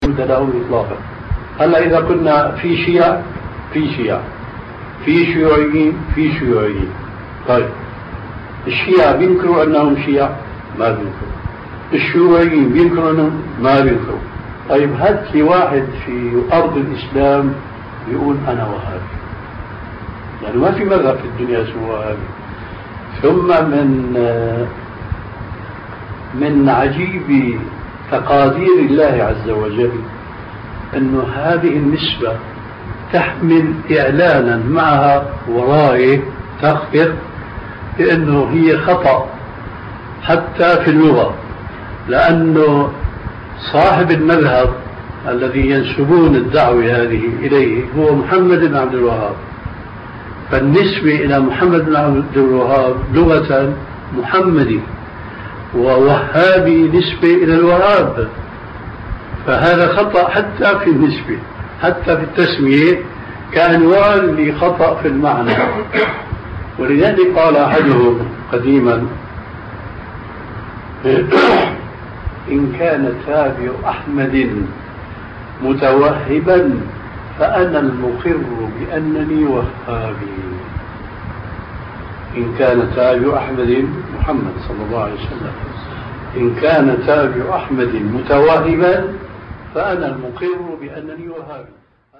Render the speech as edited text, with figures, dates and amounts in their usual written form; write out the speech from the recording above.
له إطلاقا. هلا إذا كنا في شيعة في شيعة، في شيوعيين في شيوعيين، طيب الشيعة بينكروا أنهم شيعة؟ ما بينكروا. الشيوعيين بينكروا أنهم؟ ما بينكروا. طيب هات لي واحد في أرض الإسلام يقول أنا وهابي، يعني ما في مذهب في الدنيا اسمه وهابي. ثم من عجيب تقادير الله عز وجل أن هذه النسبة تحمل إعلانا معها ورائه تخفر بأنه هي خطأ حتى في اللغة، لأنه صاحب المذهب الذي ينسبون الدعوة هذه إليه هو محمد بن عبد الوهاب، فالنسبة إلى محمد بن عبد الوهاب لغة محمدي، ووهابي نسبة إلى الوهاب، فهذا خطأ حتى في النسبة، حتى في التسمية كعنوان لخطأ في المعنى. ولذلك قال أحدهم قديما إن كان تابع أحمد متوهبا فأنا المقر بأنني وهابي. إن كان تابع أحمد محمد صلى الله عليه وسلم، إن كان تابع أحمد متوهبا فأنا المقر بأنني وهابي.